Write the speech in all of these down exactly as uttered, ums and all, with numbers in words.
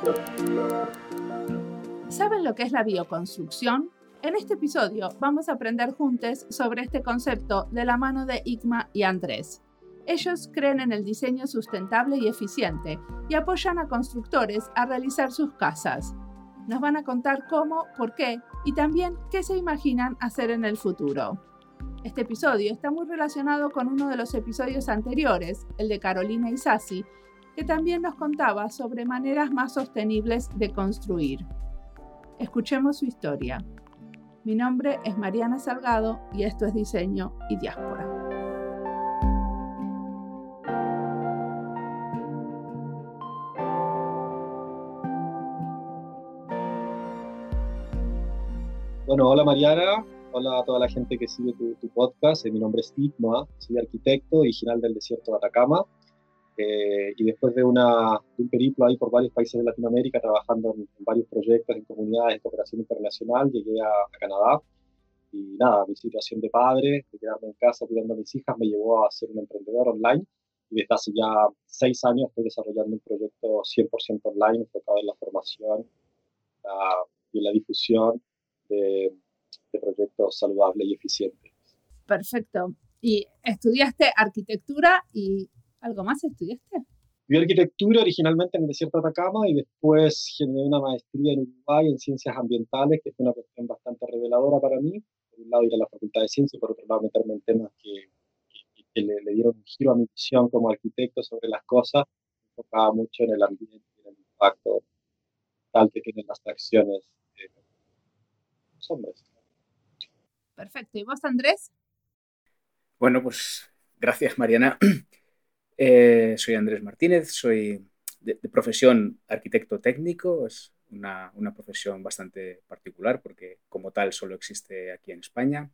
¿Saben lo que es la bioconstrucción? En este episodio vamos a aprender juntos sobre este concepto de la mano de Igma y Andrés. Ellos creen en el diseño sustentable y eficiente y apoyan a constructores a realizar sus casas. Nos van a contar cómo, por qué y también qué se imaginan hacer en el futuro. Este episodio está muy relacionado con uno de los episodios anteriores, el de Carolina y Sassi, que también nos contaba sobre maneras más sostenibles de construir. Escuchemos su historia. Mi nombre es Mariana Salgado y esto es Diseño y Diáspora. Bueno, hola Mariana, hola a toda la gente que sigue tu, tu podcast. Mi nombre es Igma, soy arquitecto original del desierto de Atacama. Eh, y después de, una, de un periplo ahí por varios países de Latinoamérica, trabajando en, en varios proyectos, en comunidades de cooperación internacional, llegué a, a Canadá. Y nada, mi situación de padre, de quedarme en casa cuidando a mis hijas, me llevó a ser un emprendedor online. Y desde hace ya seis años estoy desarrollando un proyecto cien por ciento online, enfocado en la formación la, y en la difusión de, de proyectos saludables y eficientes. Perfecto. ¿Y estudiaste arquitectura y algo más estudiaste? Estudié arquitectura originalmente en el desierto de Atacama y después generé una maestría en Uruguay en ciencias ambientales, que fue una cuestión bastante reveladora para mí. Por un lado ir a la Facultad de Ciencias y por otro lado meterme en temas que, que, que le, le dieron un giro a mi visión como arquitecto sobre las cosas. Me enfocaba mucho en el ambiente y en el impacto tal que tienen las acciones de los hombres. Perfecto. ¿Y vos, Andrés? Bueno, pues gracias, Mariana. Eh, soy Andrés Martínez, soy de, de profesión arquitecto técnico. Es una, una profesión bastante particular porque como tal solo existe aquí en España.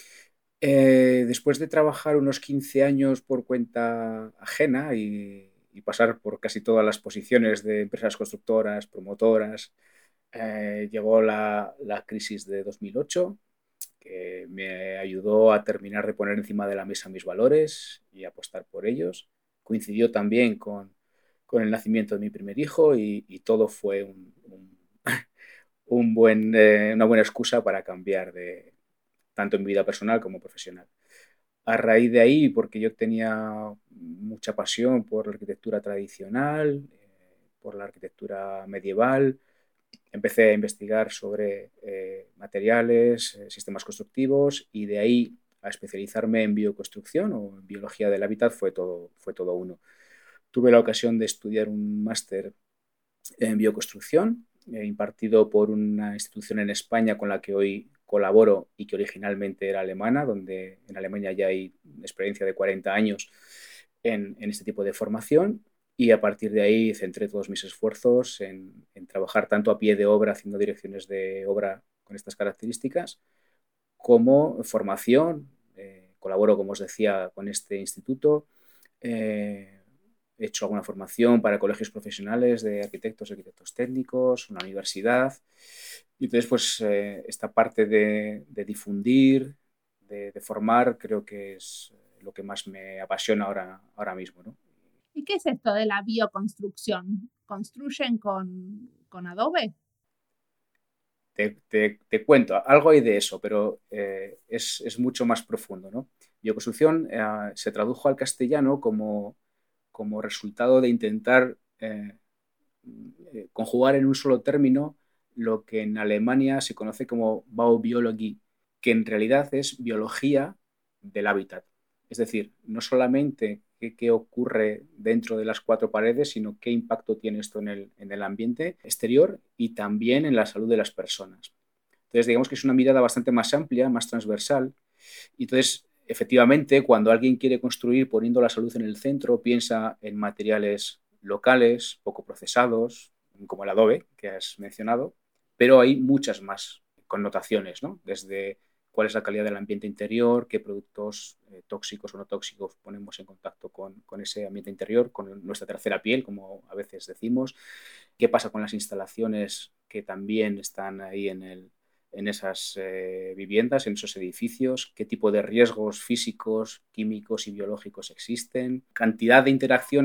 Eh, después de trabajar unos quince años por cuenta ajena y, y pasar por casi todas las posiciones de empresas constructoras, promotoras, eh, llegó la, la crisis de dos mil ocho, que me ayudó a terminar de poner encima de la mesa mis valores y apostar por ellos. Coincidió también con, con el nacimiento de mi primer hijo y, y todo fue un, un, un buen, eh, una buena excusa para cambiar de tanto en mi vida personal como profesional. A raíz de ahí, porque yo tenía mucha pasión por la arquitectura tradicional, eh, por la arquitectura medieval, empecé a investigar sobre eh, materiales, eh, sistemas constructivos y de ahí a especializarme en bioconstrucción o en biología del hábitat fue todo, fue todo uno. Tuve la ocasión de estudiar un máster en bioconstrucción eh, impartido por una institución en España con la que hoy colaboro y que originalmente era alemana, donde en Alemania ya hay experiencia de cuarenta años en, en este tipo de formación. Y a partir de ahí centré todos mis esfuerzos en, en trabajar tanto a pie de obra, haciendo direcciones de obra con estas características, como formación. Eh, colaboro, como os decía, con este instituto. Eh, he hecho alguna formación para colegios profesionales de arquitectos, arquitectos técnicos, una universidad. Y entonces, pues, eh, esta parte de, de difundir, de, de formar, creo que es lo que más me apasiona ahora, ahora mismo, ¿no? ¿Y qué es esto de la bioconstrucción? ¿Construyen con, con adobe? Te, te, te cuento, algo hay de eso, pero eh, es, es mucho más profundo, ¿no? Bioconstrucción eh, se tradujo al castellano como, como resultado de intentar eh, conjugar en un solo término lo que en Alemania se conoce como Baubiologie, que en realidad es biología del hábitat. Es decir, no solamente qué, qué ocurre dentro de las cuatro paredes, sino qué impacto tiene esto en el, en el ambiente exterior y también en la salud de las personas. Entonces, digamos que es una mirada bastante más amplia, más transversal. Y entonces, efectivamente, cuando alguien quiere construir poniendo la salud en el centro, piensa en materiales locales, poco procesados, como el adobe que has mencionado, pero hay muchas más connotaciones, ¿no? Desde cuál es la calidad del ambiente interior, qué productos eh, tóxicos o no tóxicos ponemos en contacto con, con ese ambiente interior, con nuestra tercera piel, como a veces decimos, qué pasa con las instalaciones que también están ahí en, el, en esas eh, viviendas, en esos edificios, qué tipo de riesgos físicos, químicos y biológicos existen, cantidad de interacciones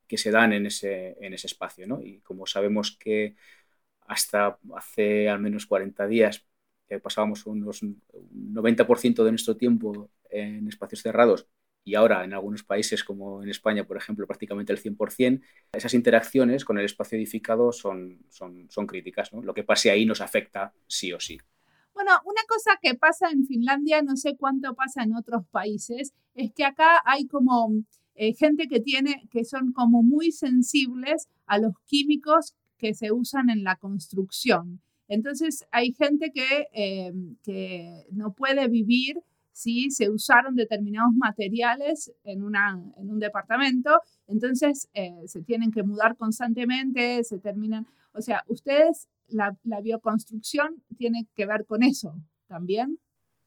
que se dan en ese, en ese espacio, ¿no? Y como sabemos que hasta hace al menos cuarenta días que pasábamos unos noventa por ciento de nuestro tiempo en espacios cerrados y ahora en algunos países como en España, por ejemplo, prácticamente el cien por ciento, esas interacciones con el espacio edificado son, son, son críticas, ¿no? Lo que pase ahí nos afecta sí o sí. Bueno, una cosa que pasa en Finlandia, no sé cuánto pasa en otros países, es que acá hay como eh, gente que tiene, que son como muy sensibles a los químicos que se usan en la construcción. Entonces hay gente que, eh, que no puede vivir si se usaron determinados materiales en, una, en un departamento, entonces eh, se tienen que mudar constantemente, se terminan, o sea, ustedes, la, la bioconstrucción tiene que ver con eso también.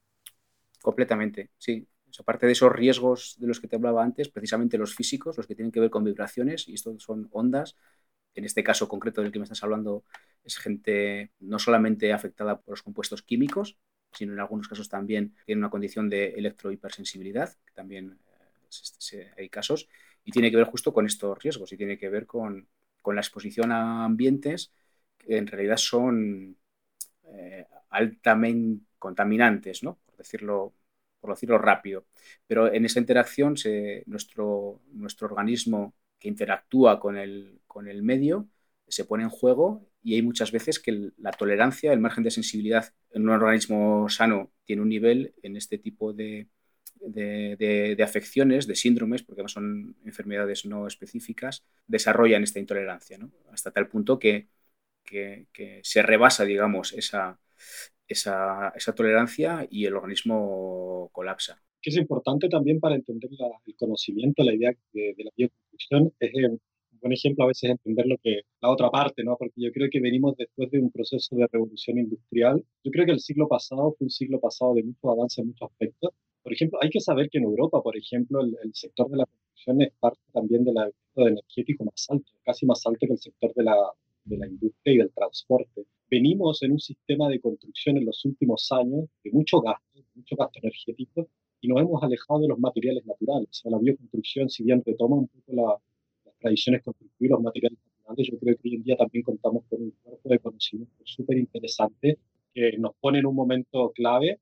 Completamente, sí. Pues aparte de esos riesgos de los que te hablaba antes, precisamente los físicos, los que tienen que ver con vibraciones, y esto son ondas. En este caso concreto del que me estás hablando es gente no solamente afectada por los compuestos químicos, sino en algunos casos también tiene una condición de electrohipersensibilidad, que también eh, hay casos, y tiene que ver justo con estos riesgos y tiene que ver con, con la exposición a ambientes que en realidad son eh, altamente contaminantes, ¿no? Por decirlo, por decirlo rápido. Pero en esa interacción se, nuestro, nuestro organismo que interactúa con el, con el medio se pone en juego y hay muchas veces que la tolerancia, el margen de sensibilidad en un organismo sano tiene un nivel en este tipo de, de, de, de afecciones, de síndromes, porque además son enfermedades no específicas, desarrollan esta intolerancia, ¿no? Hasta tal punto que, que, que se rebasa, digamos, esa, esa, esa tolerancia y el organismo colapsa. Que es importante también para entender la, el conocimiento, la idea de, de la bioconstrucción, es eh, un buen ejemplo a veces entender lo que la otra parte, ¿no? Porque yo creo que venimos después de un proceso de revolución industrial. Yo creo que el siglo pasado fue un siglo pasado de mucho avance en muchos aspectos. Por ejemplo, hay que saber que en Europa, por ejemplo, el, el sector de la construcción es parte también del aspecto energético más alto, casi más alto que el sector de la, de la industria y del transporte. Venimos en un sistema de construcción en los últimos años de mucho gasto, mucho gasto energético, y nos hemos alejado de los materiales naturales. O sea, la bioconstrucción, si bien retoma un poco la, las tradiciones constructivas y los materiales naturales, yo creo que hoy en día también contamos con un cuerpo de conocimiento súper interesante que nos pone en un momento clave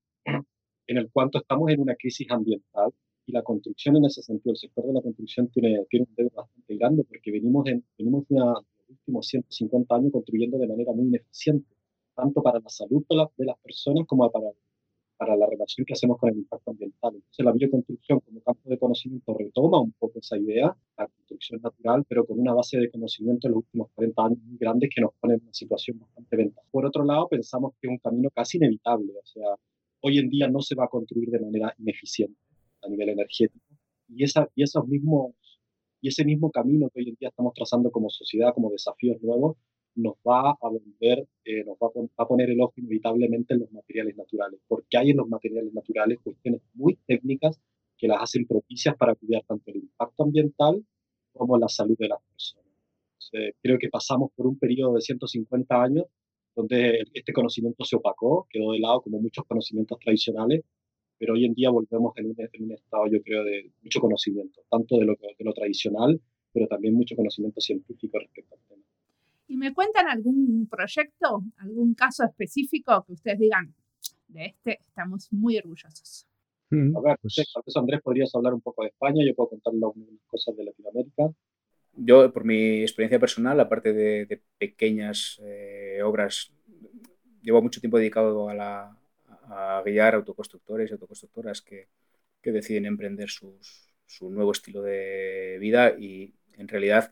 en el cual estamos en una crisis ambiental y la construcción en ese sentido, el sector de la construcción tiene, tiene un deber bastante grande porque venimos en, venimos en los últimos ciento cincuenta años construyendo de manera muy ineficiente, tanto para la salud de, la, de las personas como para para la relación que hacemos con el impacto ambiental. Entonces, la bioconstrucción como campo de conocimiento retoma un poco esa idea, la construcción natural, pero con una base de conocimiento en los últimos cuarenta años muy grandes que nos pone en una situación bastante ventajosa. Por otro lado, pensamos que es un camino casi inevitable, o sea, hoy en día no se va a construir de manera ineficiente a nivel energético, y, esa, y, esos mismos, y ese mismo camino que hoy en día estamos trazando como sociedad, como desafíos nuevos, nos va a volver, eh, nos va a, pon- va a poner el ojo inevitablemente en los materiales naturales, porque hay en los materiales naturales cuestiones muy técnicas que las hacen propicias para cuidar tanto el impacto ambiental como la salud de las personas. Entonces, creo que pasamos por un periodo de ciento cincuenta años donde este conocimiento se opacó, quedó de lado como muchos conocimientos tradicionales, pero hoy en día volvemos en un, en un estado, yo creo, de mucho conocimiento, tanto de lo, de lo tradicional, pero también mucho conocimiento científico respecto al tema. ¿Y me cuentan algún proyecto, algún caso específico que ustedes digan, de este estamos muy orgullosos? A ver, pues, tal vez Andrés podrías hablar un poco de España, yo puedo contarle algunas cosas de Latinoamérica. Yo, por mi experiencia personal, aparte de, de pequeñas eh, obras, llevo mucho tiempo dedicado a, la, a guiar autoconstructores y autoconstructoras que, que deciden emprender sus, su nuevo estilo de vida y, en realidad,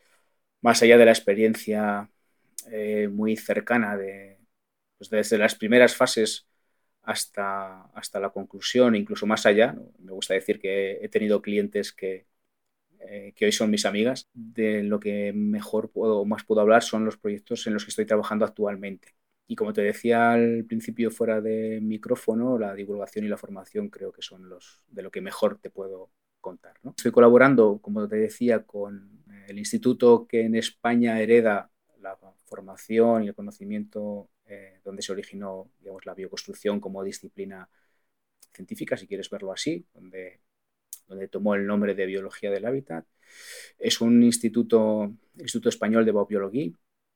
más allá de la experiencia eh, muy cercana de, pues desde las primeras fases hasta, hasta la conclusión, incluso más allá, ¿no? Me gusta decir que he tenido clientes que, eh, que hoy son mis amigas. De lo que mejor puedo, más puedo hablar son los proyectos en los que estoy trabajando actualmente. Y como te decía al principio fuera de micrófono, la divulgación y la formación creo que son los de lo que mejor te puedo contar, ¿no? Estoy colaborando, como te decía, con el instituto que en España hereda la formación y el conocimiento eh, donde se originó, digamos, la bioconstrucción como disciplina científica, si quieres verlo así, donde, donde tomó el nombre de biología del hábitat. Es un instituto, instituto español de biobiología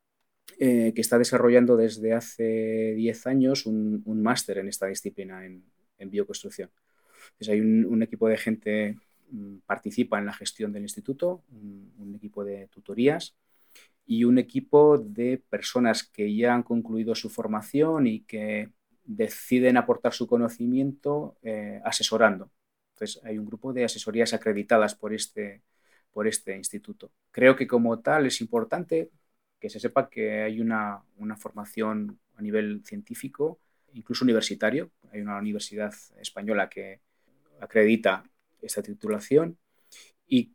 eh, que está desarrollando desde hace diez años un, un máster en esta disciplina, en, en bioconstrucción. Entonces hay un, un equipo de gente que participa en la gestión del instituto, un, un equipo de tutorías y un equipo de personas que ya han concluido su formación y que deciden aportar su conocimiento eh, asesorando. Entonces, hay un grupo de asesorías acreditadas por este, por este instituto. Creo que como tal es importante que se sepa que hay una, una formación a nivel científico, incluso universitario. Hay una universidad española que acredita esta titulación y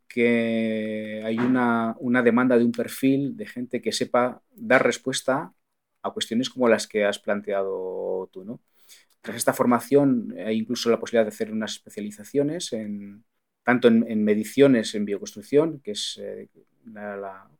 que hay una, una demanda de un perfil de gente que sepa dar respuesta a cuestiones como las que has planteado tú, ¿no? Tras esta formación hay incluso la posibilidad de hacer unas especializaciones en, tanto en, en mediciones en bioconstrucción, que es eh, la, la,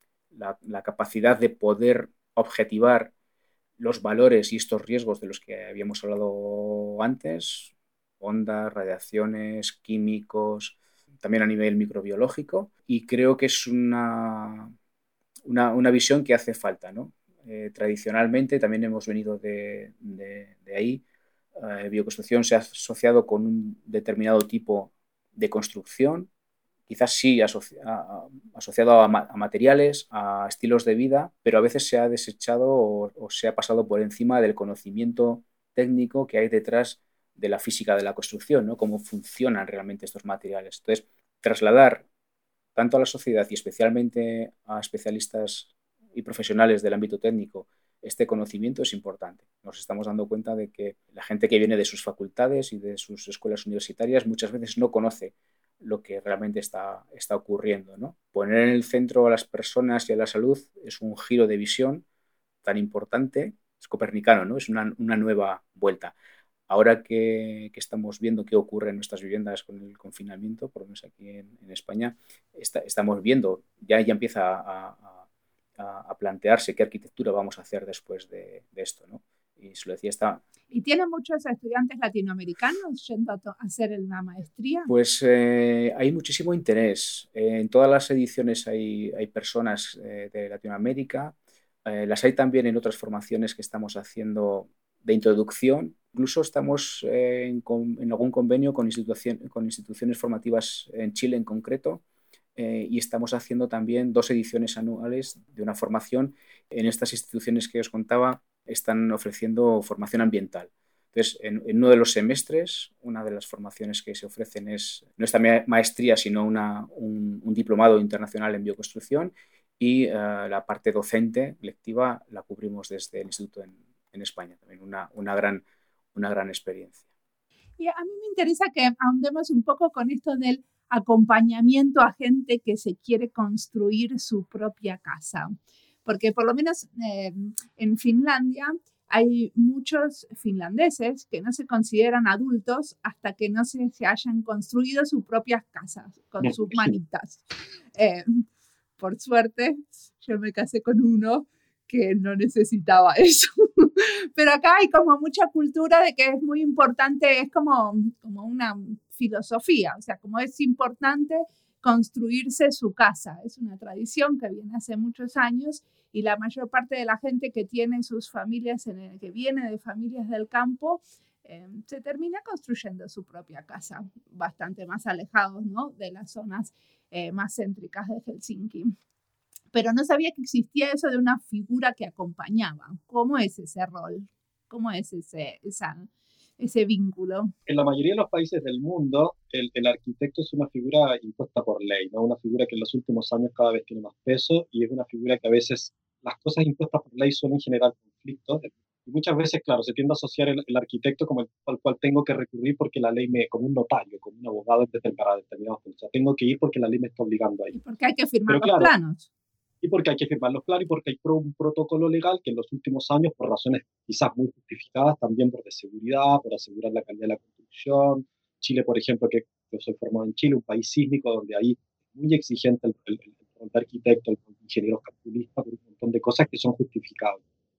la, la capacidad de poder objetivar los valores y estos riesgos de los que habíamos hablado antes, ondas, radiaciones, químicos, también a nivel microbiológico, y creo que es una, una, una visión que hace falta, ¿no? Eh, tradicionalmente también hemos venido de, de, de ahí. Eh, bioconstrucción se ha asociado con un determinado tipo de construcción, quizás sí asoci a, asociado a, ma a materiales, a estilos de vida, pero a veces se ha desechado o, o se ha pasado por encima del conocimiento técnico que hay detrás de la física de la construcción, ¿no? Cómo funcionan realmente estos materiales. Entonces, trasladar tanto a la sociedad y especialmente a especialistas y profesionales del ámbito técnico este conocimiento es importante. Nos estamos dando cuenta de que la gente que viene de sus facultades y de sus escuelas universitarias muchas veces no conoce lo que realmente está, está ocurriendo, ¿no? Poner en el centro a las personas y a la salud es un giro de visión tan importante, es copernicano, ¿no? Es una, una nueva vuelta. Ahora que, que estamos viendo qué ocurre en nuestras viviendas con el confinamiento, por lo menos aquí en, en España, está, estamos viendo, ya, ya empieza a, a, a, plantearse qué arquitectura vamos a hacer después de, de esto, ¿no? Y se lo decía, está... ¿Y tiene muchos estudiantes latinoamericanos yendo a hacer una maestría? Pues eh, hay muchísimo interés. Eh, en todas las ediciones hay, hay personas eh, de Latinoamérica. Eh, las hay también en otras formaciones que estamos haciendo de introducción. Incluso estamos eh, en, en algún convenio con, institución, con instituciones formativas en Chile en concreto eh, y estamos haciendo también dos ediciones anuales de una formación. En estas instituciones que os contaba están ofreciendo formación ambiental. Entonces, en, en uno de los semestres, una de las formaciones que se ofrecen es no esta maestría, sino una, un, un diplomado internacional en bioconstrucción y uh, la parte docente, lectiva, la cubrimos desde el instituto en, en España. También una, una, gran, una gran experiencia. Y a mí me interesa que ahondemos un poco con esto del acompañamiento a gente que se quiere construir su propia casa. Porque por lo menos eh, en Finlandia hay muchos finlandeses que no se consideran adultos hasta que no se, se hayan construido sus propias casas con sus manitas. Eh, por suerte, yo me casé con uno que no necesitaba eso. Pero acá hay como mucha cultura de que es muy importante, es como, como una filosofía, o sea, como es importante construirse su casa. Es una tradición que viene hace muchos años y la mayor parte de la gente que tiene sus familias, en el, que viene de familias del campo, eh, se termina construyendo su propia casa, bastante más alejados, ¿no?, de las zonas eh, más céntricas de Helsinki. Pero no sabía que existía eso de una figura que acompañaba. ¿Cómo es ese rol? ¿Cómo es ese, esa, ese vínculo? En la mayoría de los países del mundo, el, el arquitecto es una figura impuesta por ley, ¿no? Una figura que en los últimos años cada vez tiene más peso y es una figura que a veces las cosas impuestas por ley suelen generar conflictos. Y muchas veces, claro, se tiende a asociar el, el arquitecto como el al cual tengo que recurrir porque la ley me, como un notario, como un abogado para determinados puntos. O sea, tengo que ir porque la ley me está obligando a ir. Y porque hay que firmar Pero, los claro, planos. Y porque hay que firmarlos claro y porque hay un protocolo legal que en los últimos años, por razones quizás muy justificadas, también por de seguridad, por asegurar la calidad de la construcción. Chile, por ejemplo, que yo soy formado en Chile, un país sísmico donde ahí es muy exigente el, el, el, el arquitecto, el ingeniero calculista, por un montón de cosas que son justificables.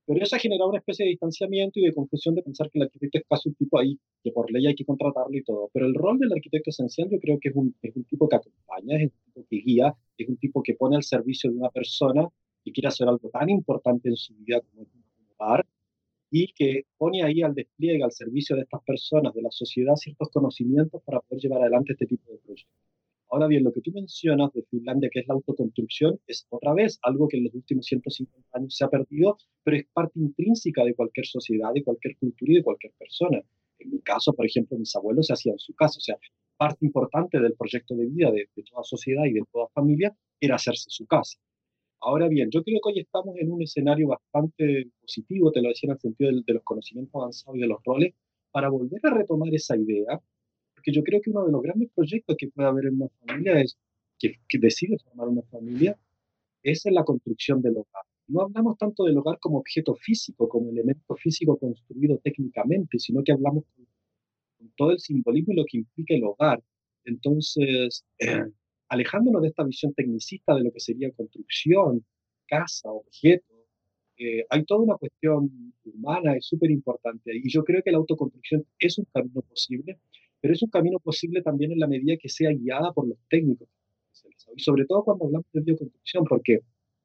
Pero eso ha generado una especie de distanciamiento y de confusión de pensar que el arquitecto es casi un tipo ahí, que por ley hay que contratarlo y todo. Pero el rol del arquitecto esencial yo creo que es un, es un tipo que acompaña, es un tipo que guía, es un tipo que pone al servicio de una persona que quiere hacer algo tan importante en su vida como es un hogar, y que pone ahí al despliegue, al servicio de estas personas, de la sociedad, ciertos conocimientos para poder llevar adelante este tipo de proyectos. Ahora bien, lo que tú mencionas de Finlandia, que es la autoconstrucción, es otra vez algo que en los últimos ciento cincuenta años se ha perdido, pero es parte intrínseca de cualquier sociedad, de cualquier cultura y de cualquier persona. En mi caso, por ejemplo, mis abuelos se hacían su casa, o sea, parte importante del proyecto de vida de, de toda sociedad y de toda familia era hacerse su casa. Ahora bien, yo creo que hoy estamos en un escenario bastante positivo, te lo decía en el sentido de, de los conocimientos avanzados y de los roles, para volver a retomar esa idea, porque yo creo que uno de los grandes proyectos que puede haber en una familia es que, que decide formar una familia, es en la construcción del hogar. No hablamos tanto del hogar como objeto físico, como elemento físico construido técnicamente, sino que hablamos con, con todo el simbolismo y lo que implica el hogar. Entonces, eh, alejándonos de esta visión tecnicista de lo que sería construcción, casa, objeto, eh, hay toda una cuestión humana, es súper importante. Y yo creo que la autoconstrucción es un camino posible, pero es un camino posible también en la medida que sea guiada por los técnicos. Y sobre todo cuando hablamos de bioconstrucción, porque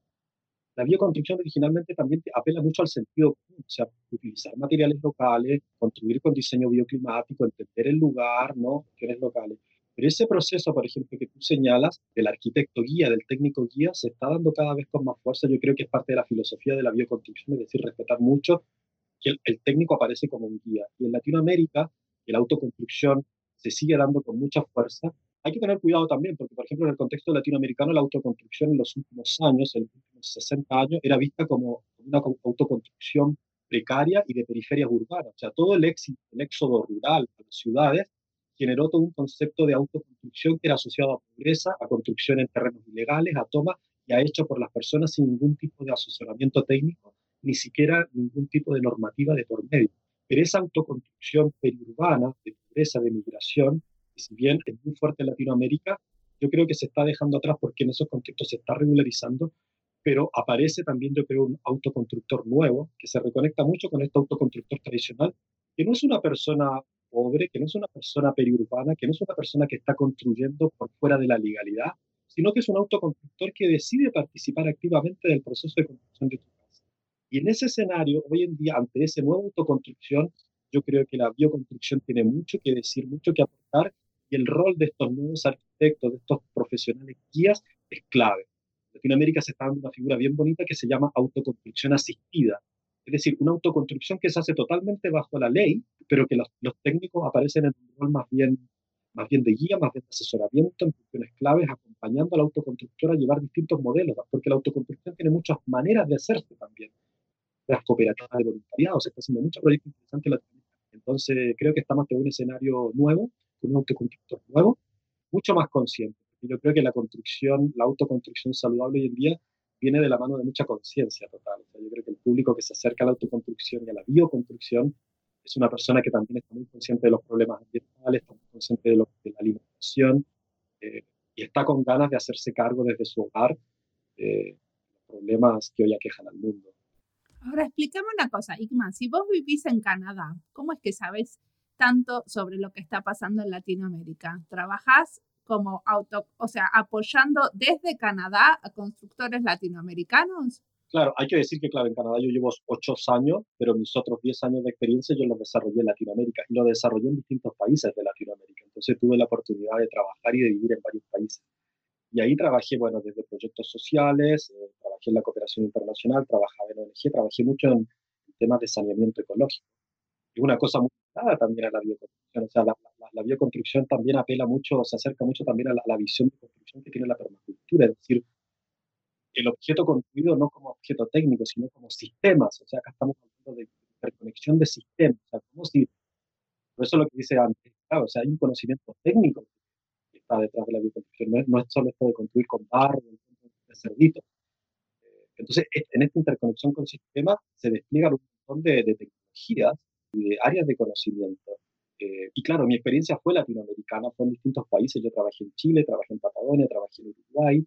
la bioconstrucción originalmente también apela mucho al sentido común, o sea, utilizar materiales locales, construir con diseño bioclimático, entender el lugar, ¿no? Cuestiones locales. Pero ese proceso, por ejemplo, que tú señalas, del arquitecto guía, del técnico guía, se está dando cada vez con más fuerza. Yo creo que es parte de la filosofía de la bioconstrucción, es decir, respetar mucho que el, el técnico aparece como un guía. Y en Latinoamérica, la autoconstrucción se sigue dando con mucha fuerza. Hay que tener cuidado también, porque, por ejemplo, en el contexto latinoamericano, la autoconstrucción en los últimos años, en los últimos sesenta años, era vista como una autoconstrucción precaria y de periferias urbanas. O sea, todo el, éxito, el éxodo rural a las ciudades generó todo un concepto de autoconstrucción que era asociado a pobreza, a construcción en terrenos ilegales, a toma y a hecho por las personas sin ningún tipo de asesoramiento técnico, ni siquiera ningún tipo de normativa de por medio. Pero esa autoconstrucción periurbana, de pobreza, de migración, que si bien es muy fuerte en Latinoamérica, yo creo que se está dejando atrás porque en esos contextos se está regularizando, pero aparece también, yo creo, un autoconstructor nuevo que se reconecta mucho con este autoconstructor tradicional, que no es una persona pobre, que no es una persona periurbana, que no es una persona que está construyendo por fuera de la legalidad, sino que es un autoconstructor que decide participar activamente del proceso de construcción de tu casa. Y en ese escenario, hoy en día, ante esa nueva autoconstrucción, yo creo que la bioconstrucción tiene mucho que decir, mucho que aportar, y el rol de estos nuevos arquitectos, de estos profesionales guías, es clave. En Latinoamérica se está dando una figura bien bonita que se llama autoconstrucción asistida. Es decir, una autoconstrucción que se hace totalmente bajo la ley, pero que los, los técnicos aparecen en un rol más bien, más bien de guía, más bien de asesoramiento, en funciones claves, acompañando al autoconstructor a llevar distintos modelos, porque la autoconstrucción tiene muchas maneras de hacerse también. Las cooperativas de voluntariado, se está haciendo muchos proyectos interesantes en Latinoamérica. Entonces, creo que estamos ante un escenario nuevo, con un autoconstructor nuevo, mucho más consciente. Yo creo que la construcción, la autoconstrucción saludable hoy en día viene de la mano de mucha conciencia total. O sea, yo creo que el público que se acerca a la autoconstrucción y a la bioconstrucción es una persona que también está muy consciente de los problemas ambientales, está muy consciente de, lo, de la alimentación, eh, y está con ganas de hacerse cargo desde su hogar de eh, los problemas que hoy aquejan al mundo. Ahora explícame una cosa, Igma, si vos vivís en Canadá, ¿cómo es que sabés tanto sobre lo que está pasando en Latinoamérica? ¿Trabajás como auto, o sea, apoyando desde Canadá a constructores latinoamericanos? Claro, hay que decir que, claro, en Canadá yo llevo ocho años, pero mis otros diez años de experiencia yo los desarrollé en Latinoamérica y los desarrollé en distintos países de Latinoamérica. Entonces tuve la oportunidad de trabajar y de vivir en varios países. Y ahí trabajé, bueno, desde proyectos sociales, eh, trabajé en la cooperación internacional, trabajaba en O N G, trabajé mucho en temas de saneamiento ecológico. Y una cosa muy ligada también a la bioconstrucción, o sea, la, la, la bioconstrucción también apela mucho, se acerca mucho también a la, a la visión de construcción que tiene la permacultura, es decir, el objeto construido no como objeto técnico, sino como sistemas, o sea, acá estamos hablando de interconexión de sistemas, o sea, como si, por eso lo que dice antes, claro, o sea, hay un conocimiento técnico que está detrás de la bioconstrucción, no es, no es solo esto de construir con barro, de cerditos. Entonces, en esta interconexión con sistemas se despliegan un montón de, de tecnologías y de áreas de conocimiento. Eh, y claro, mi experiencia fue latinoamericana, fue en distintos países. Yo trabajé en Chile, trabajé en Patagonia, trabajé en Uruguay,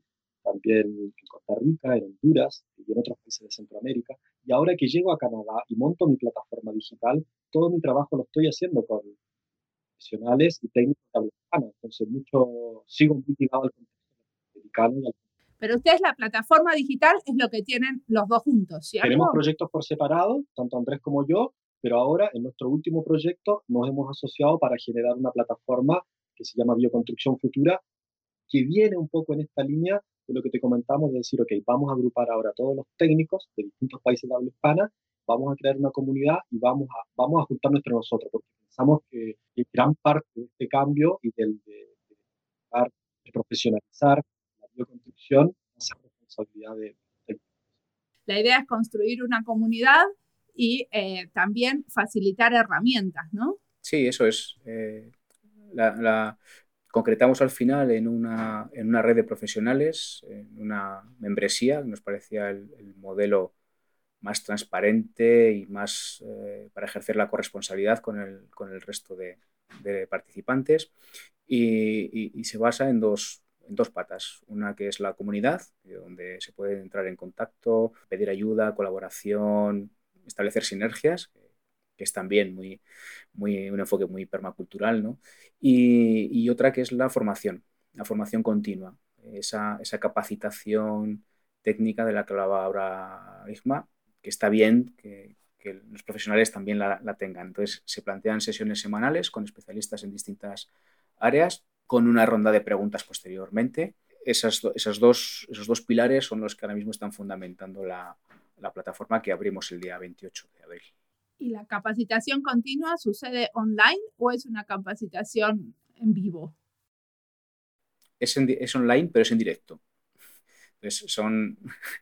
también en Costa Rica, en Honduras y en otros países de Centroamérica. Y ahora que llego a Canadá y monto mi plataforma digital, todo mi trabajo lo estoy haciendo con profesionales y técnicos de habla hispana. Entonces, mucho, sigo muy ligado al contexto americano y al. Pero ustedes la plataforma digital es lo que tienen los dos juntos, ¿cierto? Tenemos proyectos por separado, tanto Andrés como yo, pero ahora en nuestro último proyecto nos hemos asociado para generar una plataforma que se llama Bioconstrucción Futura, que viene un poco en esta línea de lo que te comentamos, de decir, ok, vamos a agrupar ahora a todos los técnicos de distintos países de habla hispana, vamos a crear una comunidad y vamos a, vamos a juntarnos entre nosotros, porque pensamos que, que gran parte de este cambio y del, de, de, de profesionalizar la bioconstrucción va a ser responsabilidad de técnicos. La idea es construir una comunidad y eh, también facilitar herramientas, ¿no? Sí, eso es. Eh, la, la concretamos al final en una, en una red de profesionales, en una membresía, que nos parecía el, el modelo más transparente y más eh, para ejercer la corresponsabilidad con el, con el resto de, de participantes. Y, y, y se basa en dos, en dos patas. Una que es la comunidad, donde se puede entrar en contacto, pedir ayuda, colaboración, establecer sinergias, que es también muy, muy, un enfoque muy permacultural, ¿no? Y, y otra que es la formación, la formación continua, esa, esa capacitación técnica de la que hablaba ahora Igma, que está bien que, que los profesionales también la, la tengan. Entonces, se plantean sesiones semanales con especialistas en distintas áreas, con una ronda de preguntas posteriormente. Esas, esas dos, esos dos pilares son los que ahora mismo están fundamentando la, la plataforma que abrimos el día veintiocho de abril. ¿Y la capacitación continua sucede online o es una capacitación en vivo? Es, en, es online, pero es en directo. Entonces, son,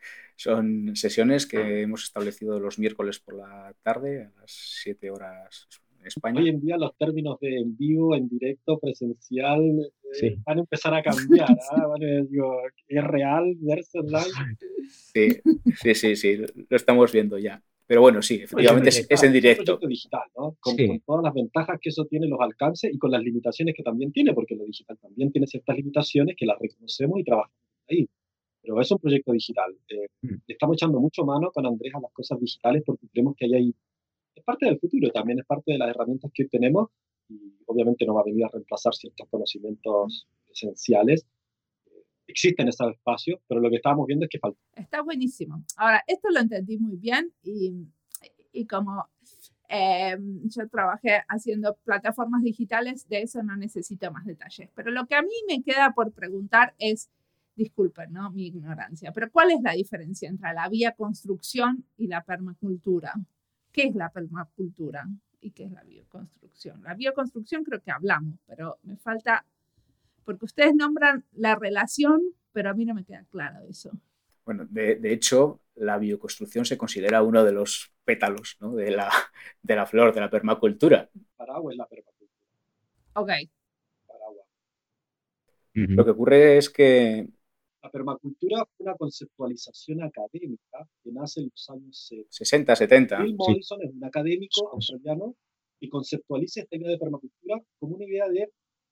son sesiones que hemos establecido los miércoles por la tarde a las siete horas en España. Hoy en día los términos de en vivo, en directo, presencial, eh, sí. van a empezar a cambiar. ¿eh? Van a, digo, ¿es real verse online? Sí, sí, sí, sí, lo estamos viendo ya. Pero bueno, sí, efectivamente es, es en directo. Es un proyecto digital, ¿no? Con, sí. con todas las ventajas que eso tiene, los alcances y con las limitaciones que también tiene, porque lo digital también tiene ciertas limitaciones que las reconocemos y trabajamos ahí. Pero es un proyecto digital. Eh, mm. Le estamos echando mucho mano con Andrés a las cosas digitales porque creemos que ahí hay, es parte del futuro, también es parte de las herramientas que hoy tenemos y obviamente no va a venir a reemplazar ciertos conocimientos esenciales. Existen esos espacios, pero lo que estábamos viendo es que falta. Está buenísimo. Ahora, esto lo entendí muy bien y, y como eh, yo trabajé haciendo plataformas digitales, de eso no necesito más detalles. Pero lo que a mí me queda por preguntar es, disculpen, ¿no? Mi ignorancia, pero ¿cuál es la diferencia entre la bioconstrucción y la permacultura? ¿Qué es la permacultura y qué es la bioconstrucción? La bioconstrucción creo que hablamos, pero me falta... Porque ustedes nombran la relación, pero a mí no me queda claro eso. Bueno, de, de hecho, la bioconstrucción se considera uno de los pétalos, ¿no? de, la, de la flor, de la permacultura. Paraguas es la permacultura. Ok. Paraguas. Uh-huh. Lo que ocurre es que... La permacultura fue una conceptualización académica que nace en los años sesenta, setenta. Bill Mollison sí. es un académico australiano y conceptualiza esta idea de permacultura como una idea de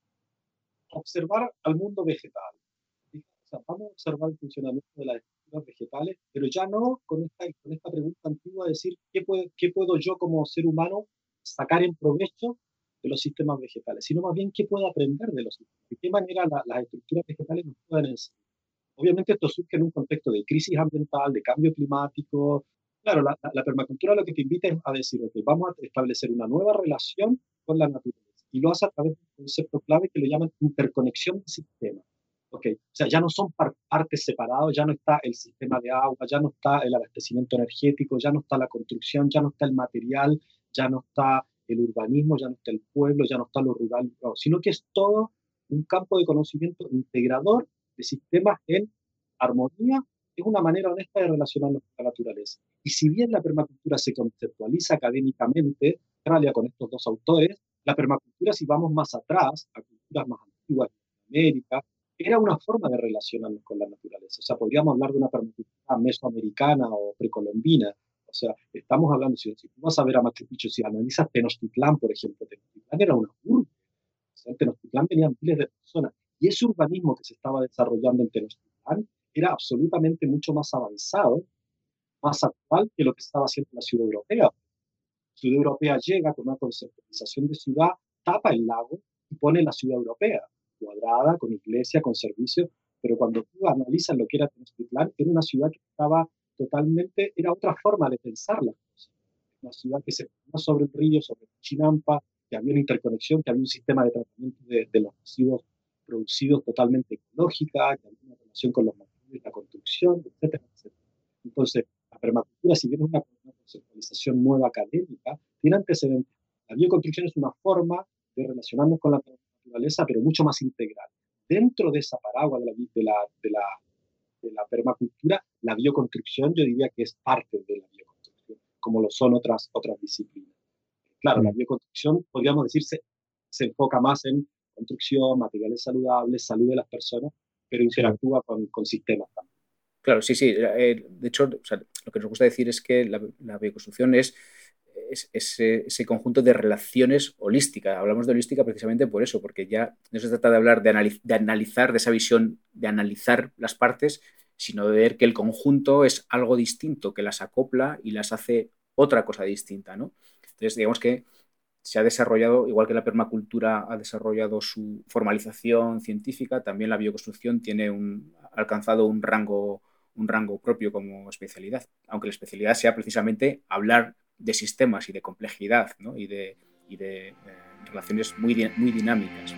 observar al mundo vegetal. O sea, vamos a observar el funcionamiento de las estructuras vegetales, pero ya no con esta, con esta pregunta antigua de decir ¿qué, puede, qué puedo yo como ser humano sacar en provecho de los sistemas vegetales, sino más bien qué puedo aprender de los sistemas, de qué manera la, las estructuras vegetales nos pueden enseñar. Obviamente esto surge en un contexto de crisis ambiental, de cambio climático. Claro, la, la, la permacultura lo que te invita es a decir, ok, vamos a establecer una nueva relación con la naturaleza. Y lo hace a través de un concepto clave que lo llaman interconexión de sistemas. Okay. O sea, ya no son par partes separados, ya no está el sistema de agua, ya no está el abastecimiento energético, ya no está la construcción, ya no está el material, ya no está el urbanismo, ya no está el pueblo, ya no está lo rural, no, sino que es todo un campo de conocimiento integrador de sistemas en armonía. Es una manera honesta de relacionarnos con la naturaleza. Y si bien la permacultura se conceptualiza académicamente, Australia con estos dos autores, la permacultura, si vamos más atrás, a culturas más antiguas de América, era una forma de relacionarnos con la naturaleza. O sea, podríamos hablar de una permacultura mesoamericana o precolombina. O sea, estamos hablando, si, si tú vas a ver a Machu Picchu, si analizas Tenochtitlán, por ejemplo, Tenochtitlán era una urbe. O sea, en Tenochtitlán venían miles de personas. Y ese urbanismo que se estaba desarrollando en Tenochtitlán era absolutamente mucho más avanzado, más actual que lo que estaba haciendo la ciudad europea. La ciudad europea llega con una conceptualización de ciudad, tapa el lago y pone la ciudad europea, cuadrada, con iglesia, con servicios, pero cuando tú analizas lo que era Tenochtitlán, era una ciudad que estaba totalmente, era otra forma de pensar las cosas. Una ciudad que se ponía sobre el río, sobre Chinampa, que había una interconexión, que había un sistema de tratamiento de, de los residuos producidos totalmente ecológica, que había una relación con los materiales, la construcción, etcétera, etcétera. Entonces, la permacultura, si bien es una, una conceptualización nueva académica, tiene antecedentes. La bioconstrucción es una forma de relacionarnos con la naturaleza, pero mucho más integral. Dentro de esa paraguas de la, de la, de la, de la permacultura, la bioconstrucción yo diría que es parte de la bioconstrucción, como lo son otras, otras disciplinas. Claro, mm. la bioconstrucción, podríamos decir, se, se enfoca más en construcción, materiales saludables, salud de las personas, pero interactúa con, con sistemas también. Claro, sí, sí. Eh, de hecho, o sea, lo que nos gusta decir es que la, la bioconstrucción es, es, es ese, ese conjunto de relaciones holísticas. Hablamos de holística precisamente por eso, porque ya no se trata de hablar de, analiz de analizar, de esa visión, de analizar las partes, sino de ver que el conjunto es algo distinto, que las acopla y las hace otra cosa distinta, ¿no? Entonces, digamos que se ha desarrollado, igual que la permacultura ha desarrollado su formalización científica, también la bioconstrucción tiene un, ha alcanzado un rango, un rango propio como especialidad, aunque la especialidad sea precisamente hablar de sistemas y de complejidad, ¿no? y de, y de eh, relaciones muy, muy dinámicas.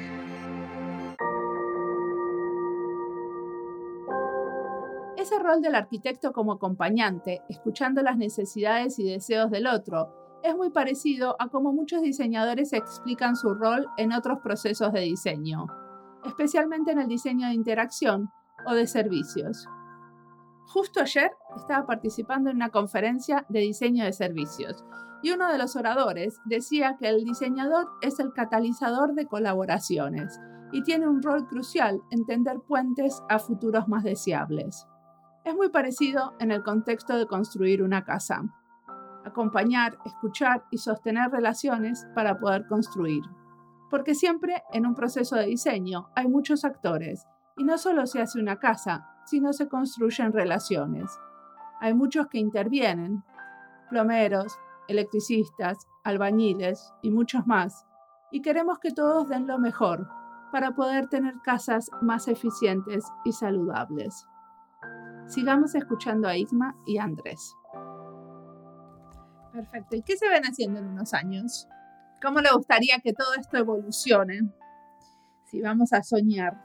Ese rol del arquitecto como acompañante, escuchando las necesidades y deseos del otro, es muy parecido a cómo muchos diseñadores explican su rol en otros procesos de diseño, especialmente en el diseño de interacción o de servicios. Justo ayer estaba participando en una conferencia de diseño de servicios y uno de los oradores decía que el diseñador es el catalizador de colaboraciones y tiene un rol crucial en tender puentes a futuros más deseables. Es muy parecido en el contexto de construir una casa. Acompañar, escuchar y sostener relaciones para poder construir. Porque siempre en un proceso de diseño hay muchos actores y no solo se hace una casa, sino se construyen relaciones. Hay muchos que intervienen, plomeros, electricistas, albañiles y muchos más, y queremos que todos den lo mejor para poder tener casas más eficientes y saludables. Sigamos escuchando a Igma y a Andrés. Perfecto. ¿Y qué se ven haciendo en unos años? ¿Cómo le gustaría que todo esto evolucione? Si vamos a soñar.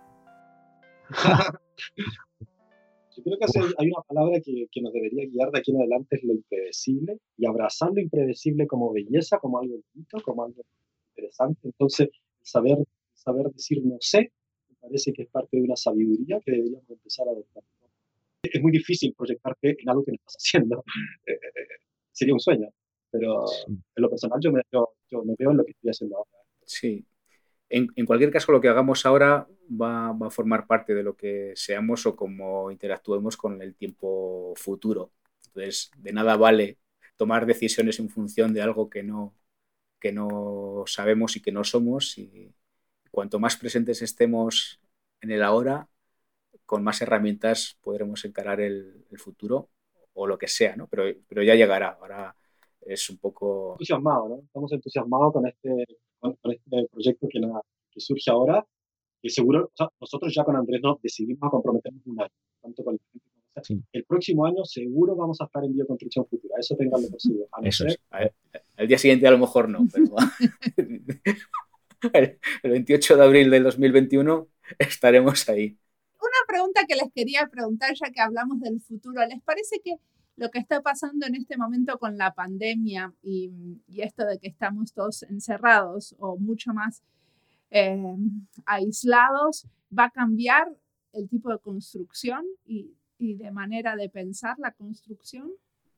Yo creo que hay una palabra que, que nos debería guiar de aquí en adelante, es lo impredecible, y abrazar lo impredecible como belleza, como algo bonito, como algo interesante. Entonces, saber, saber decir no sé, me parece que es parte de una sabiduría que deberíamos empezar a adoptar. Es muy difícil proyectarte en algo que no estás haciendo. Eh, eh, sería un sueño. Pero sí. En lo personal yo me, yo, yo me veo en lo que estoy haciendo ahora. Sí. En, en cualquier caso, lo que hagamos ahora va, va a formar parte de lo que seamos o cómo interactuemos con el tiempo futuro. Entonces, de nada vale tomar decisiones en función de algo que no, que no sabemos y que no somos. Y cuanto más presentes estemos en el ahora, con más herramientas podremos encarar el, el futuro o lo que sea, ¿no? Pero, pero ya llegará. Ahora es un poco... entusiasmado, ¿no? Estamos entusiasmados con este, con, con este proyecto que, nada, que surge ahora, y seguro, o sea, nosotros ya con Andrés nos decidimos a comprometernos un año, tanto con el, sí. El próximo año seguro vamos a estar en bioconstrucción futura, eso tenganlo por seguro. Eso es. Al, al día siguiente a lo mejor no, pero el, el veintiocho de abril del dos mil veintiuno estaremos ahí. Una pregunta que les quería preguntar, ya que hablamos del futuro, ¿les parece que lo que está pasando en este momento con la pandemia y, y esto de que estamos todos encerrados o mucho más eh, aislados, va a cambiar el tipo de construcción y, y de manera de pensar la construcción?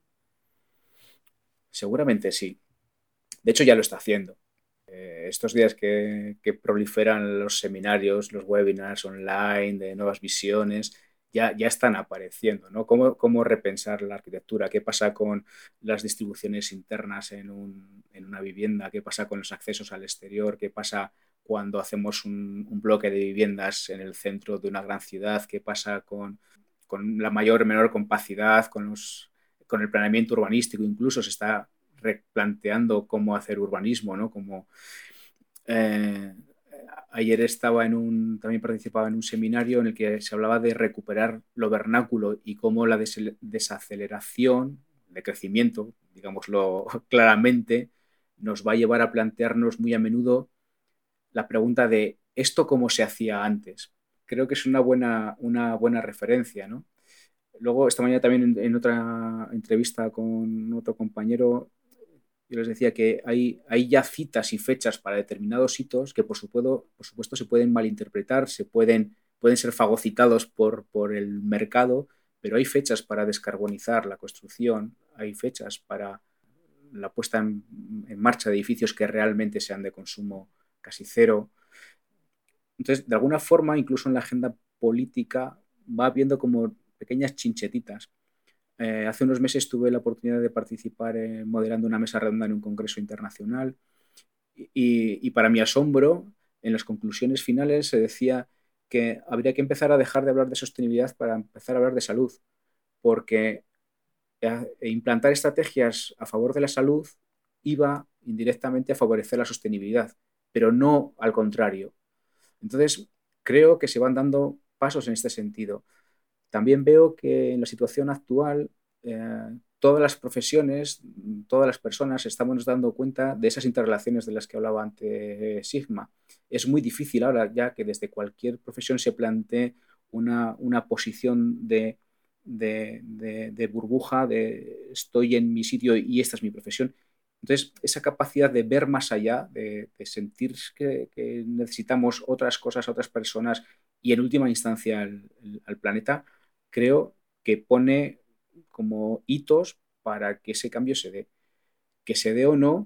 Seguramente sí. De hecho, ya lo está haciendo. Eh, estos días que, que proliferan los seminarios, los webinars online de nuevas visiones, Ya, ya están apareciendo, ¿no? ¿Cómo, cómo repensar la arquitectura? ¿Qué pasa con las distribuciones internas en, un, en una vivienda? ¿Qué pasa con los accesos al exterior? ¿Qué pasa cuando hacemos un, un bloque de viviendas en el centro de una gran ciudad? ¿Qué pasa con con la mayor o menor compacidad, con, los, con el planeamiento urbanístico, incluso se está replanteando cómo hacer urbanismo, ¿no? Como, eh, ayer estaba en un, también participaba en un seminario en el que se hablaba de recuperar lo vernáculo y cómo la des desaceleración de crecimiento, digámoslo claramente, nos va a llevar a plantearnos muy a menudo la pregunta de ¿esto cómo se hacía antes? Creo que es una buena, una buena referencia, ¿no? Luego, esta mañana también en, en otra entrevista con otro compañero, yo les decía que hay, hay ya citas y fechas para determinados hitos que, por supuesto, por supuesto se pueden malinterpretar, se pueden, pueden ser fagocitados por, por el mercado, pero hay fechas para descarbonizar la construcción, hay fechas para la puesta en, en marcha de edificios que realmente sean de consumo casi cero. Entonces, de alguna forma, incluso en la agenda política, va habiendo como pequeñas chinchetitas. Eh, hace unos meses tuve la oportunidad de participar eh, moderando una mesa redonda en un congreso internacional y, y para mi asombro, en las conclusiones finales se decía que habría que empezar a dejar de hablar de sostenibilidad para empezar a hablar de salud, porque implantar estrategias a favor de la salud iba indirectamente a favorecer la sostenibilidad, pero no al contrario. Entonces, creo que se van dando pasos en este sentido. También veo que en la situación actual eh, todas las profesiones, todas las personas estamos dando cuenta de esas interrelaciones de las que hablaba antes Sigma. Es muy difícil ahora ya que desde cualquier profesión se plantee una, una posición de, de, de, de burbuja, de estoy en mi sitio y esta es mi profesión. Entonces, esa capacidad de ver más allá, de, de sentir que, que necesitamos otras cosas, otras personas y en última instancia al, al planeta, creo que pone como hitos para que ese cambio se dé. Que se dé o no,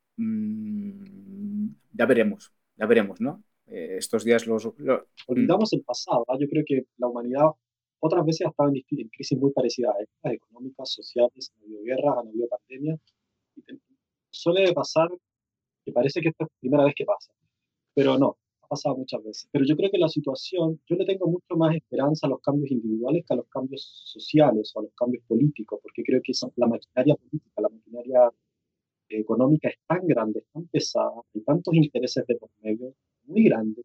mmm, ya veremos, ya veremos, ¿no? Eh, estos días los... los Olvidamos el pasado, ¿eh? Yo creo que la humanidad otras veces ha estado en, en crisis muy parecidas a estas, económicas, sociales, han habido guerras, han habido pandemias, y te, suele pasar que parece que esta es la primera vez que pasa, pero no, ha pasado muchas veces. Pero yo creo que la situación, yo le tengo mucho más esperanza a los cambios individuales que a los cambios sociales o a los cambios políticos, porque creo que esa, la maquinaria política, la maquinaria económica es tan grande, es tan pesada, hay tantos intereses de por medio, muy grandes,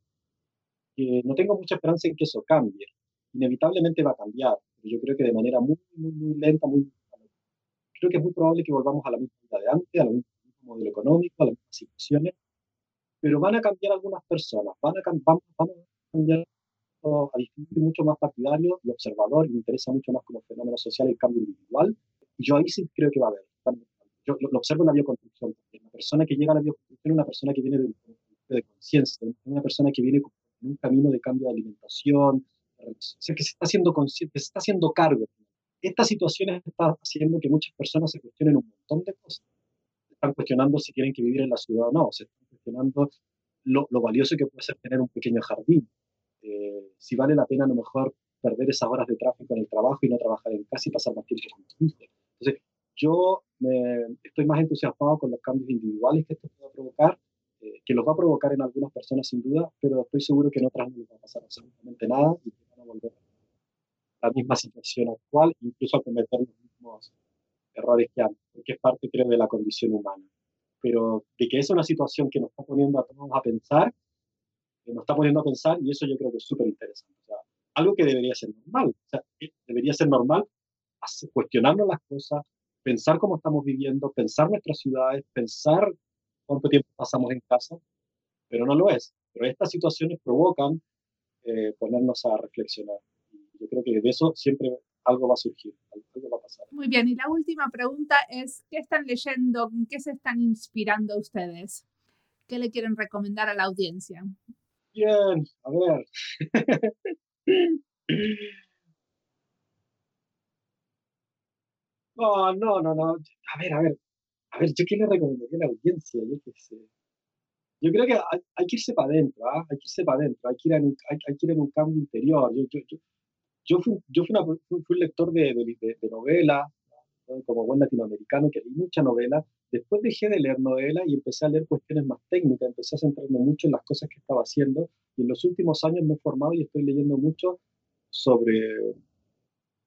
que no tengo mucha esperanza en que eso cambie. Inevitablemente va a cambiar, pero yo creo que de manera muy, muy, muy lenta, muy, creo que es muy probable que volvamos a la misma vida de antes, al mismo modelo económico, a las mismas situaciones, pero van a cambiar algunas personas, van a, van, van a cambiar a distinguir mucho más partidario y observador, y me interesa mucho más como fenómeno social el cambio individual, y yo ahí sí creo que va a haber. Yo lo, lo observo en la bioconstrucción, una persona que llega a la bioconstrucción es una persona que viene de, de conciencia, una persona que viene con un camino de cambio de alimentación, o sea, que se está haciendo consciente, se está haciendo cargo. Estas situaciones están haciendo que muchas personas se cuestionen un montón de cosas. Están cuestionando si tienen que vivir en la ciudad o no, se están cuestionando lo, lo valioso que puede ser tener un pequeño jardín, eh, si vale la pena a lo mejor perder esas horas de tráfico en el trabajo y no trabajar en casa y pasar más tiempo con tus hijos. Entonces, yo me, estoy más entusiasmado con los cambios individuales que esto puede provocar, eh, que los va a provocar en algunas personas sin duda, pero estoy seguro que en otras no les va a pasar absolutamente nada y que van a volver a la misma situación actual, incluso a cometer los mismos errores que antes, porque es parte, creo, de la condición humana. Pero de que es una situación que nos está poniendo a todos a pensar, que nos está poniendo a pensar, y eso yo creo que es súper interesante. O sea, algo que debería ser normal. O sea, debería ser normal hacer, cuestionarnos las cosas, pensar cómo estamos viviendo, pensar nuestras ciudades, pensar cuánto tiempo pasamos en casa, pero no lo es. Pero estas situaciones provocan eh, ponernos a reflexionar. Y yo creo que de eso siempre algo va a surgir, algo va a pasar. Muy bien, y la última pregunta es, ¿qué están leyendo? ¿En qué se están inspirando ustedes? ¿Qué le quieren recomendar a la audiencia? Bien, a ver. No, no, no, no. A ver, a ver. A ver, ¿yo qué le recomendaría a la audiencia? Yo qué sé. Yo creo que hay, hay que irse para adentro, ¿ah? Hay que irse para adentro, hay que ir en un, hay, hay que ir en un cambio interior. Yo, yo, yo, yo fui, yo fui, una, fui, fui un lector de, de, de, de novela, ¿no? Como buen latinoamericano, que leí mucha novela. Después dejé de leer novela y empecé a leer cuestiones más técnicas, empecé a centrarme mucho en las cosas que estaba haciendo. Y en los últimos años me he formado y estoy leyendo mucho sobre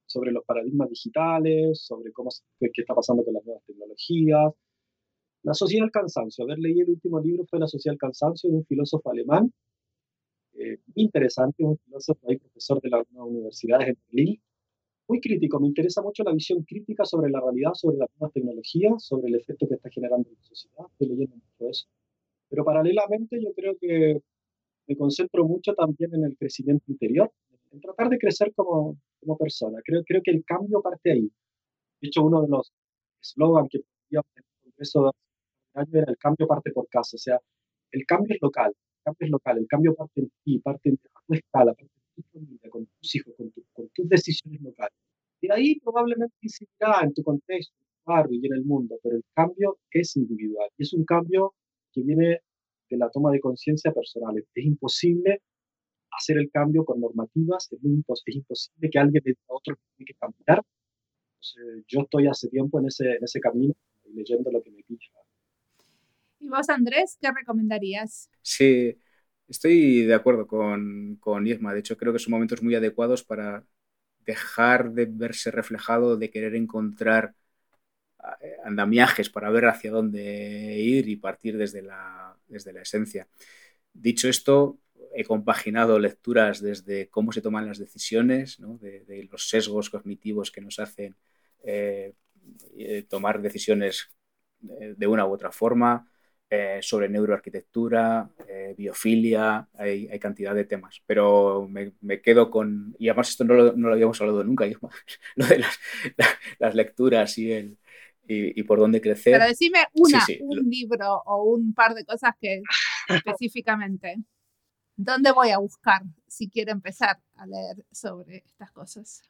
sobre los paradigmas digitales, sobre cómo, qué, qué está pasando con las nuevas tecnologías. La sociedad del cansancio. Haber leído el último libro fue La sociedad del cansancio de un filósofo alemán, eh, muy interesante, un filósofo ahí, profesor de las universidades en Berlín, muy crítico. Me interesa mucho la visión crítica sobre la realidad, sobre las nuevas tecnologías, sobre el efecto que está generando en la sociedad. Estoy leyendo mucho eso. Pero paralelamente yo creo que me concentro mucho también en el crecimiento interior, en tratar de crecer como, como persona. Creo, creo que el cambio parte ahí. De hecho, uno de los eslogans que ponía en el Congreso de hace años era el cambio parte por casa. O sea, el cambio es local, el cambio es local, el cambio parte en ti, parte en a tu escala, parte en tu familia, con tus hijos, con, tu, con tus decisiones locales. Y de ahí probablemente incidirá en tu contexto, en tu barrio y en el mundo, pero el cambio es individual y es un cambio que viene de la toma de conciencia personal. Es imposible hacer el cambio con normativas, es, muy impos es imposible que alguien le diga a otro que tiene que cambiar. Entonces, yo estoy hace tiempo en ese, en ese camino, leyendo lo que me pilla. ¿Y vos, Andrés, qué recomendarías? Sí, estoy de acuerdo con, con Irma. De hecho, creo que son momentos muy adecuados para dejar de verse reflejado, de querer encontrar andamiajes para ver hacia dónde ir y partir desde la, desde la esencia. Dicho esto, he compaginado lecturas desde cómo se toman las decisiones, ¿no? de, de los sesgos cognitivos que nos hacen eh, tomar decisiones de una u otra forma, eh, sobre neuroarquitectura, eh, biofilia, hay, hay cantidad de temas, pero me, me quedo con, y además esto no lo, no lo habíamos hablado nunca, lo de las, las lecturas y el Y, y por dónde crecer. Pero decime una, sí, sí. un libro o un par de cosas que específicamente, ¿dónde voy a buscar si quiero empezar a leer sobre estas cosas?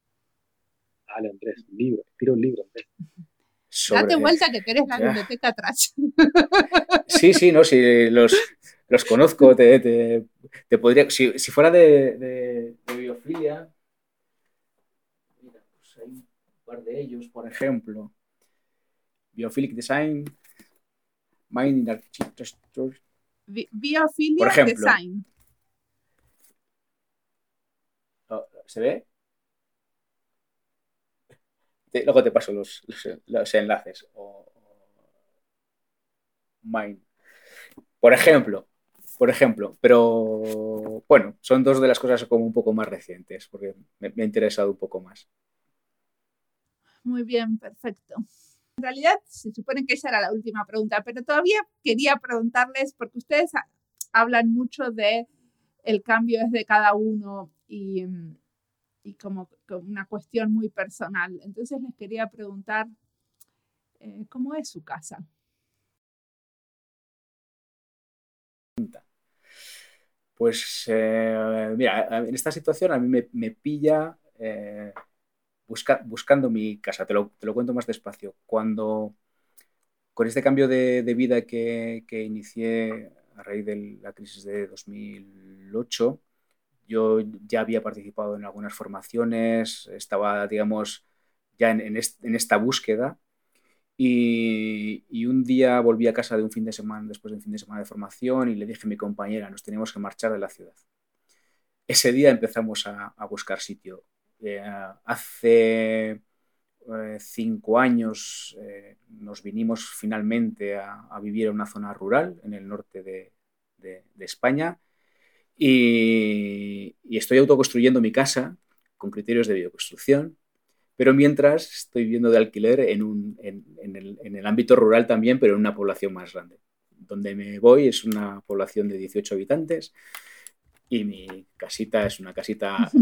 Dale, Andrés, un libro, tira un libro, Andrés. Sobre... Date vuelta que tenés la ya. biblioteca atrás. Sí, sí, no, si los, los conozco, te, te, te podría, si, si fuera de, de, de biofilia, mira, pues hay un par de ellos, por ejemplo. Biophilic Design, Mind in Architecture. Bi Biofilia por ejemplo, Design. ¿Se ve? Te, luego te paso los, los, los enlaces. O, o Mind. Por ejemplo, por ejemplo, pero bueno, son dos de las cosas como un poco más recientes, porque me, me ha interesado un poco más. Muy bien, perfecto. En realidad se supone que esa era la última pregunta, pero todavía quería preguntarles, porque ustedes hablan mucho de el cambio es de cada uno y, y como, como una cuestión muy personal. Entonces les quería preguntar, eh, ¿cómo es su casa? Pues eh, mira, en esta situación a mí me, me pilla eh, busca, buscando mi casa. Te lo, te lo cuento más despacio. Cuando con este cambio de, de vida que, que inicié a raíz de la crisis de dos mil ocho, yo ya había participado en algunas formaciones, estaba, digamos, ya en, en, est, en esta búsqueda. Y, y un día volví a casa de un fin de semana, después de un fin de semana de formación, y le dije a mi compañera, nos teníamos que marchar de la ciudad. Ese día empezamos a, a buscar sitio. Eh, hace eh, cinco años eh, nos vinimos finalmente a, a vivir en una zona rural, en el norte de, de, de España, y, y estoy autoconstruyendo mi casa con criterios de bioconstrucción. Pero mientras estoy viviendo de alquiler en, un, en, en, el, en el ámbito rural también, pero en una población más grande. Donde me voy es una población de dieciocho habitantes y mi casita es una casita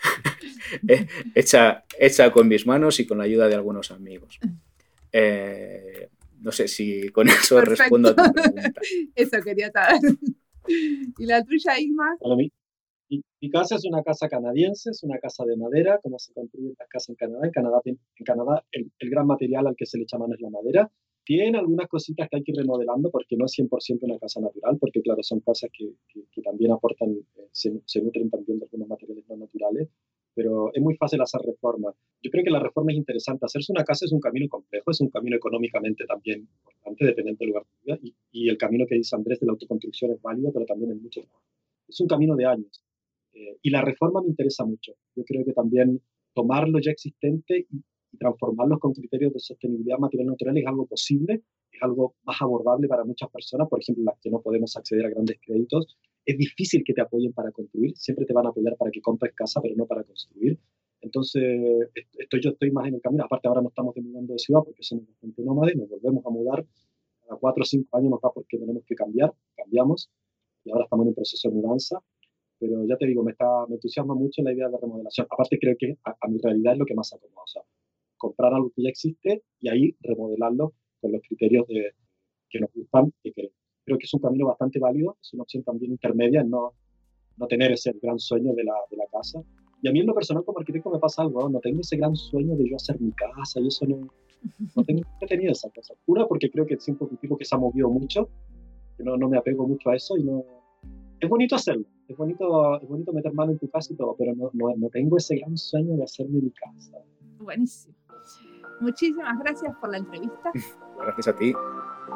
hecha, hecha con mis manos y con la ayuda de algunos amigos. Eh, no sé si con eso Perfecto. Respondo a tu pregunta. Eso quería saber. ¿Y la tuya, Isma? Para mí, Mi, mi casa es una casa canadiense, es una casa de madera, como se construyen las casas en Canadá. En Canadá, en Canadá el, el gran material al que se le echa mano es la madera. Tiene algunas cositas que hay que ir remodelando porque no es cien por ciento una casa natural, porque claro, son casas que, que, que también aportan, eh, se, se nutren también de algunos materiales no naturales, pero es muy fácil hacer reformas. Yo creo que la reforma es interesante. Hacerse una casa es un camino complejo, es un camino económicamente también importante, dependiendo del lugar de vida, y, y el camino que dice Andrés de la autoconstrucción es válido, pero también es mucho. Es un camino de años. Eh, y la reforma me interesa mucho. Yo creo que también tomar lo ya existente y, y transformarlos con criterios de sostenibilidad material natural es algo posible, es algo más abordable para muchas personas, por ejemplo, las que no podemos acceder a grandes créditos. Es difícil que te apoyen para construir, siempre te van a apoyar para que compres casa, pero no para construir. Entonces, estoy, yo estoy más en el camino. Aparte, ahora no estamos mudando de ciudad porque somos bastante nómades, nos volvemos a mudar. Cada cuatro o cinco años nos da porque tenemos que cambiar, cambiamos, y ahora estamos en un proceso de mudanza. Pero ya te digo, me, está, me entusiasma mucho la idea de remodelación. Aparte, creo que a, a mi realidad es lo que más acomoda. O sea, comprar algo que ya existe y ahí remodelarlo con los criterios de, que nos gustan y queremos. Creo que es un camino bastante válido, es una opción también intermedia, no, no tener ese gran sueño de la, de la casa. Y a mí en lo personal como arquitecto me pasa algo, ¿no? No tengo ese gran sueño de yo hacer mi casa y eso no, no tengo, no he tenido esa cosa. Una, porque creo que siempre un tipo que se ha movido mucho, que no, no me apego mucho a eso y no... Es bonito hacerlo, es bonito, es bonito meter mano en tu casa y todo, pero no, no, no tengo ese gran sueño de hacerme mi casa. Buenísimo. Muchísimas gracias por la entrevista. Gracias a ti.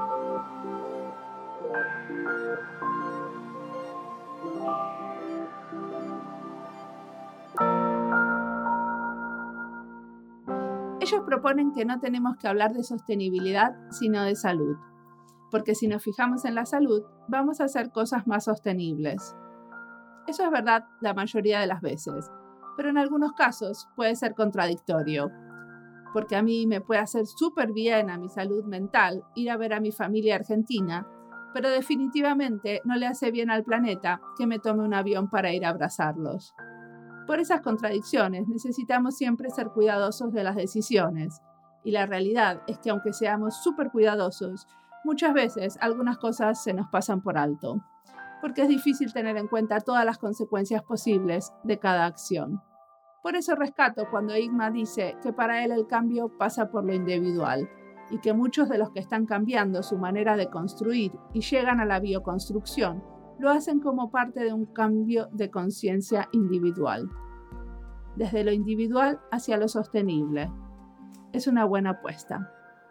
Ellos proponen que no tenemos que hablar de sostenibilidad, sino de salud, porque si nos fijamos en la salud, vamos a hacer cosas más sostenibles. Eso es verdad la mayoría de las veces, pero en algunos casos puede ser contradictorio, porque a mí me puede hacer súper bien a mi salud mental ir a ver a mi familia argentina, pero definitivamente no le hace bien al planeta que me tome un avión para ir a abrazarlos. Por esas contradicciones necesitamos siempre ser cuidadosos de las decisiones, y la realidad es que aunque seamos súper cuidadosos, muchas veces algunas cosas se nos pasan por alto, porque es difícil tener en cuenta todas las consecuencias posibles de cada acción. Por eso rescato cuando Igma dice que para él el cambio pasa por lo individual, y que muchos de los que están cambiando su manera de construir y llegan a la bioconstrucción lo hacen como parte de un cambio de conciencia individual, desde lo individual hacia lo sostenible. Es una buena apuesta.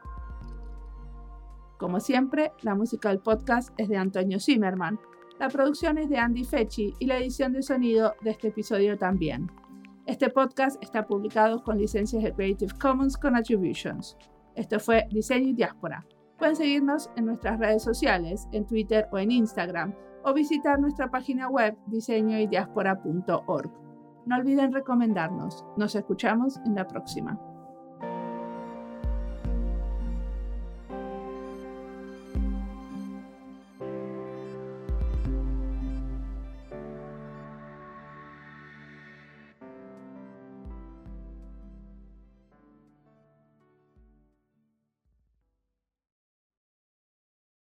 Como siempre, la música del podcast es de Antonio Zimmerman, la producción es de Andy Fechi y la edición de sonido de este episodio también. Este podcast está publicado con licencias de Creative Commons con Attributions. Esto fue Diseño y Diáspora. Pueden seguirnos en nuestras redes sociales, en Twitter o en Instagram, o visitar nuestra página web diseño y diáspora punto org. No olviden recomendarnos. Nos escuchamos en la próxima.